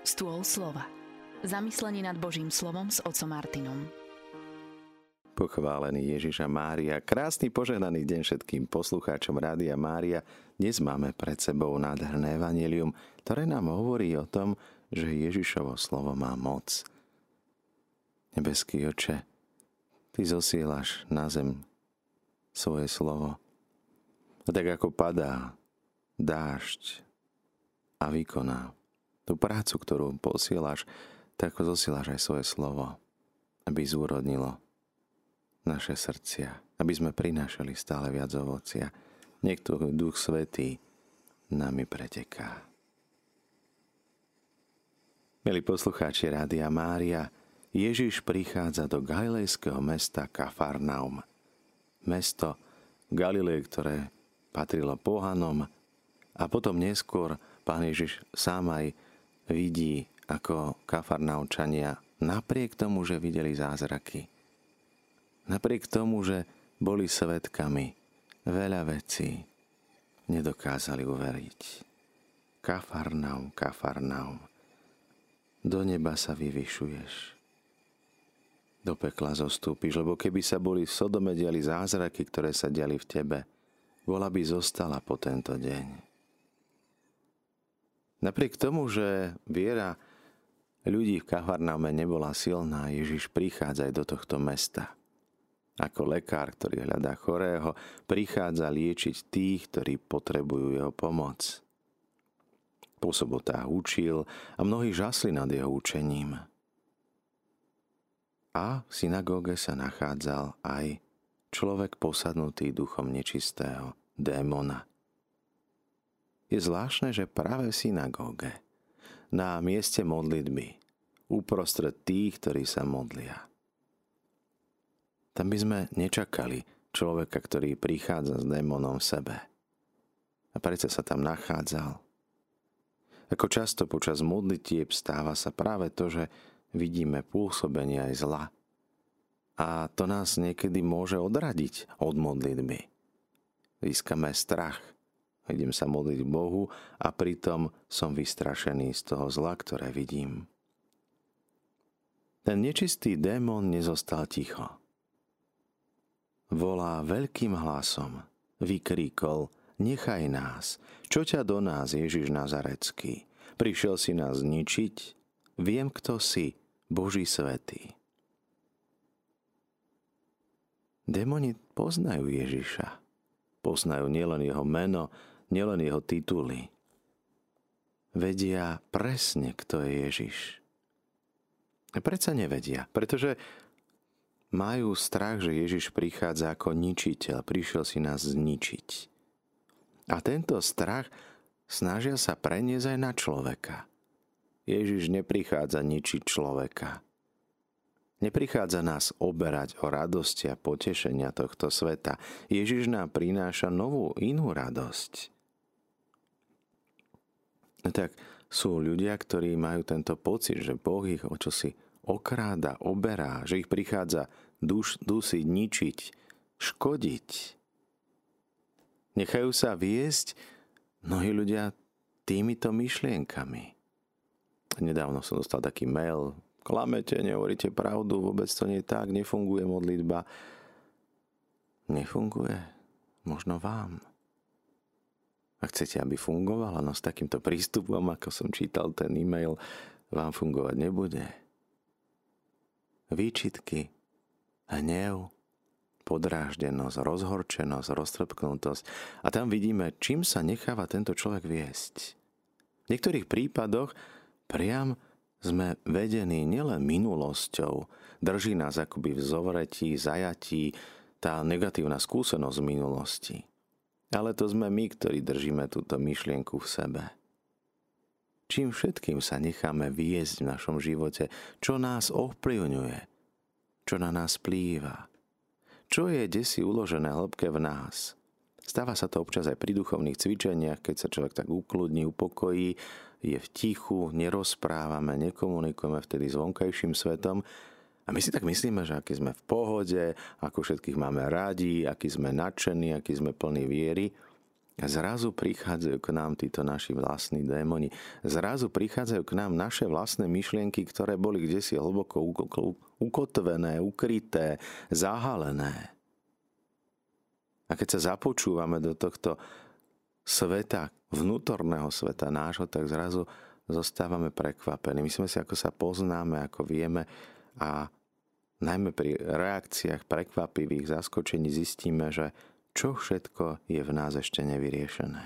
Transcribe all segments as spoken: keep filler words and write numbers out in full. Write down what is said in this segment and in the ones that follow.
Stôl slova. Zamyslenie nad Božím slovom s otcom Martinom. Pochválený Ježiš a Mária. Krásny požehnaný deň všetkým poslucháčom Rádia Mária. Dnes máme pred sebou nádherné evanjelium, ktoré nám hovorí o tom, že Ježišovo slovo má moc. Nebeský Oče, Ty zosielaš na zem svoje slovo. A tak ako padá dážď a vykoná tú prácu, ktorú posielaš, tak zosielaš aj svoje slovo, aby zúrodnilo naše srdcia, aby sme prinášali stále viac ovocia. Nech tu Duch Svätý nami preteká. Milí poslucháči Rádia Mária, Ježiš prichádza do galilejského mesta Kafarnaum. Mesto Galilej, ktoré patrilo pohanom, a potom neskôr Pán Ježiš sám aj vidí, ako Kafarnaumčania napriek tomu, že videli zázraky, napriek tomu, že boli svedkami veľa vecí, nedokázali uveriť. Kafarnaum, Kafarnaum, do neba sa vyvyšuješ, do pekla zostúpiš, lebo keby sa boli v Sodome diali zázraky, ktoré sa diali v tebe, bola by zostala po tento deň. Napriek tomu, že viera ľudí v Kafarnaume nebola silná, Ježiš prichádza aj do tohto mesta. Ako lekár, ktorý hľadá chorého, prichádza liečiť tých, ktorí potrebujú jeho pomoc. Po sobotách učil a mnohí žasli nad jeho učením. A v synagóge sa nachádzal aj človek posadnutý duchom nečistého, démona. Je zvláštne, že práve v synagóge, na mieste modlitby, uprostred tých, ktorí sa modlia, tam by sme nečakali človeka, ktorý prichádza s démonom v sebe. A predsa sa tam nachádzal. Ako často počas modlitieb stáva sa práve to, že vidíme pôsobenie aj zla. A to nás niekedy môže odradiť od modlitby. Získame strach. Idem sa modliť Bohu a pritom som vystrašený z toho zla, ktoré vidím. Ten nečistý démon nezostal ticho. Volá veľkým hlasom, vykríkol: Nechaj nás, čo ťa do nás, Ježiš Nazarecký? Prišiel si nás zničiť? Viem, kto si, Boží svätý. Démoni poznajú Ježiša. Poznajú nielen jeho meno, nielen jeho tituly. Vedia presne, kto je Ježiš. A predsa nevedia, pretože majú strach, že Ježiš prichádza ako ničiteľ, prišiel si nás zničiť. A tento strach snažia sa preniesť aj na človeka. Ježiš neprichádza ničiť človeka. Neprichádza nás oberať o radosti a potešenia tohto sveta. Ježiš nám prináša novú, inú radosť. Tak sú ľudia, ktorí majú tento pocit, že Boh ich o čosi okráda, oberá, že ich prichádza duš, dusiť, ničiť, škodiť. Nechajú sa viesť mnohí ľudia týmito myšlienkami. Nedávno som dostal taký mail: klamete, nehovoríte pravdu, vôbec to nie je tak, nefunguje modlitba. Nefunguje? Možno vám. A chcete, aby fungovala, no s takýmto prístupom, ako som čítal ten e-mail, vám fungovať nebude. Výčitky, hnev, podráždenosť, rozhorčenosť, roztrpknutosť. A tam vidíme, čím sa necháva tento človek viesť. V niektorých prípadoch priam sme vedení nielen minulosťou, drží nás akoby v zovretí, zajatí tá negatívna skúsenosť z minulosti. Ale to sme my, ktorí držíme túto myšlienku v sebe. Čím všetkým sa necháme viesť v našom živote, čo nás ovplyvňuje, čo na nás plýva, čo je desi uložené hĺbke v nás. Stáva sa to občas aj pri duchovných cvičeniach, keď sa človek tak ukludní, upokojí, je v tichu, nerozprávame, nekomunikujeme vtedy s vonkajším svetom. A my si tak myslíme, že aký sme v pohode, ako všetkých máme rádi, aký sme nadšení, aký sme plní viery. A zrazu prichádzajú k nám títo naši vlastní démoni. Zrazu prichádzajú k nám naše vlastné myšlienky, ktoré boli kdesi hlboko ukotvené, ukryté, zahalené. A keď sa započúvame do tohto sveta, vnútorného sveta nášho, tak zrazu zostávame prekvapení. Myslíme si, ako sa poznáme, ako vieme a najmä pri reakciách prekvapivých zaskočení zistíme, že čo všetko je v nás ešte nevyriešené.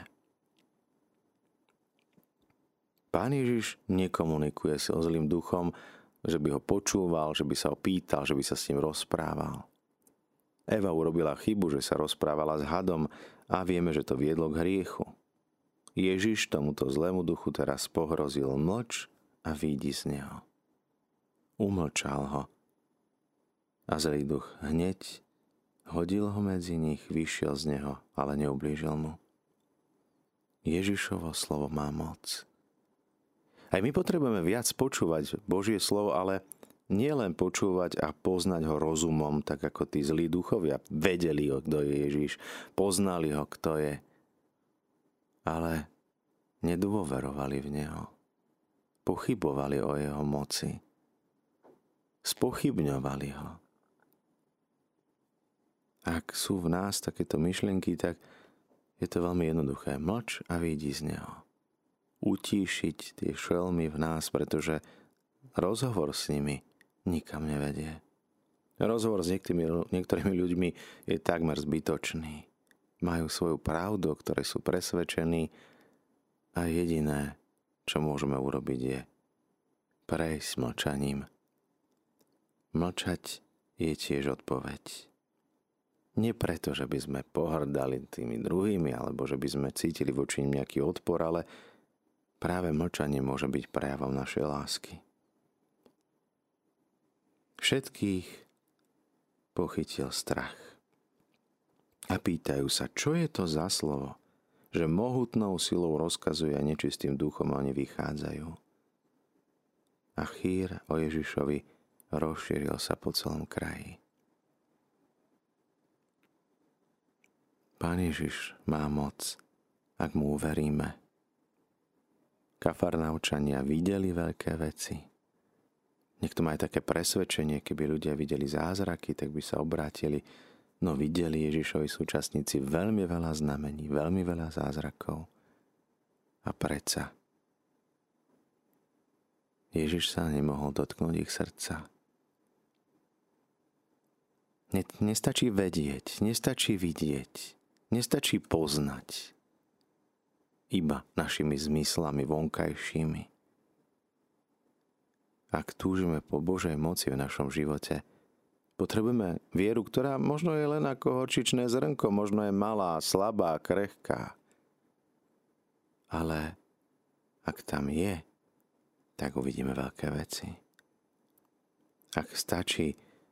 Pán Ježiš nekomunikuje s zlým duchom, že by ho počúval, že by sa ho pýtal, že by sa s ním rozprával. Eva urobila chybu, že sa rozprávala s hadom a vieme, že to viedlo k hriechu. Ježiš tomuto zlému duchu teraz pohrozil: mlč a výjdi z neho. Umlčal ho. A zlý duch hneď hodil ho medzi nich, vyšiel z neho, ale neublížil mu. Ježišovo slovo má moc. Aj my potrebujeme viac počúvať Božie slovo, ale nie len počúvať a poznať ho rozumom, tak ako tí zlí duchovia vedeli ho, kto je Ježiš, poznali ho, kto je, ale nedôverovali v neho. Pochybovali o jeho moci. Spochybňovali ho. Ak sú v nás takéto myšlienky, tak je to veľmi jednoduché. Mlč a vyjdi z neho. Utíšiť tie šelmy v nás, pretože rozhovor s nimi nikam nevedie. Rozhovor s niektorými, niektorými ľuďmi je takmer zbytočný. Majú svoju pravdu, o ktorej sú presvedčení a jediné, čo môžeme urobiť, je prejsť mlčaním. Mlčať je tiež odpoveď. Nie preto, že by sme pohrdali tými druhými, alebo že by sme cítili voči nim nejaký odpor, ale práve mlčanie môže byť prejavom našej lásky. Všetkých pochytil strach. A pýtajú sa, čo je to za slovo, že mohutnou silou rozkazuje a nečistým duchom oni vychádzajú. A chýr o Ježišovi rozšíril sa po celom kraji. Pán Ježiš má moc, ak mu uveríme. Kafarnaučania videli veľké veci. Niekto má aj také presvedčenie, keby ľudia videli zázraky, tak by sa obrátili. No videli Ježišovi súčasníci veľmi veľa znamení, veľmi veľa zázrakov. A predsa Ježiš sa nemohol dotknúť ich srdca. Nestačí vedieť, nestačí vidieť, nestačí poznať iba našimi zmyslami vonkajšími. Ak túžime po Božej moci v našom živote, potrebujeme vieru, ktorá možno je len ako horčičné zrnko, možno je malá, slabá, krehká. Ale ak tam je, tak uvidíme veľké veci. Ak stačí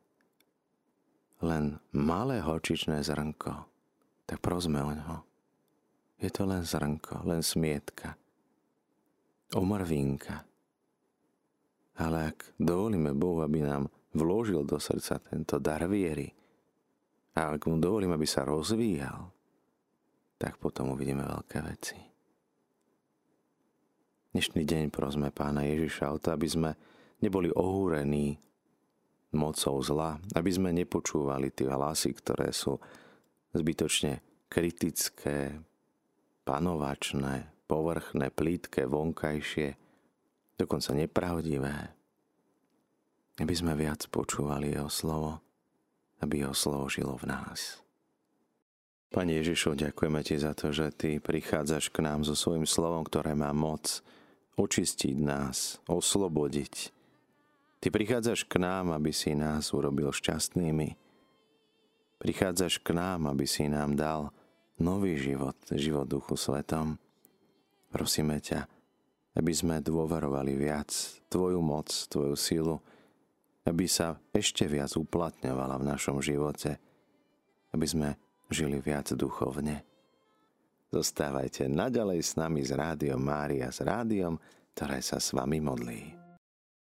len malé horčičné zrnko, tak prosme o ňo. Je to len zrnko, len smietka, omrvinka. Ale ak dovolíme Bohu, aby nám vložil do srdca tento dar viery a ak mu dovolíme, aby sa rozvíjal, tak potom uvidíme veľké veci. Dnešný deň prosme Pána Ježiša o to, aby sme neboli ohúrení mocou zla, aby sme nepočúvali tie hlasy, ktoré sú zbytočne kritické, panovačné, povrchné, plítke, vonkajšie, dokonca nepravdivé. Aby sme viac počúvali jeho slovo, aby jeho slovo žilo v nás. Pane Ježišu, ďakujeme Ti za to, že Ty prichádzaš k nám so svojím slovom, ktoré má moc očistiť nás, oslobodiť. Ty prichádzaš k nám, aby si nás urobil šťastnými. Prichádzaš k nám, aby si nám dal nový život, život Duchu Svetom. Prosíme ťa, aby sme dôverovali viac Tvoju moc, Tvoju silu, aby sa ešte viac uplatňovala v našom živote, aby sme žili viac duchovne. Zostávajte naďalej s nami s Rádiom Mária, s rádiom, ktoré sa s vami modlí.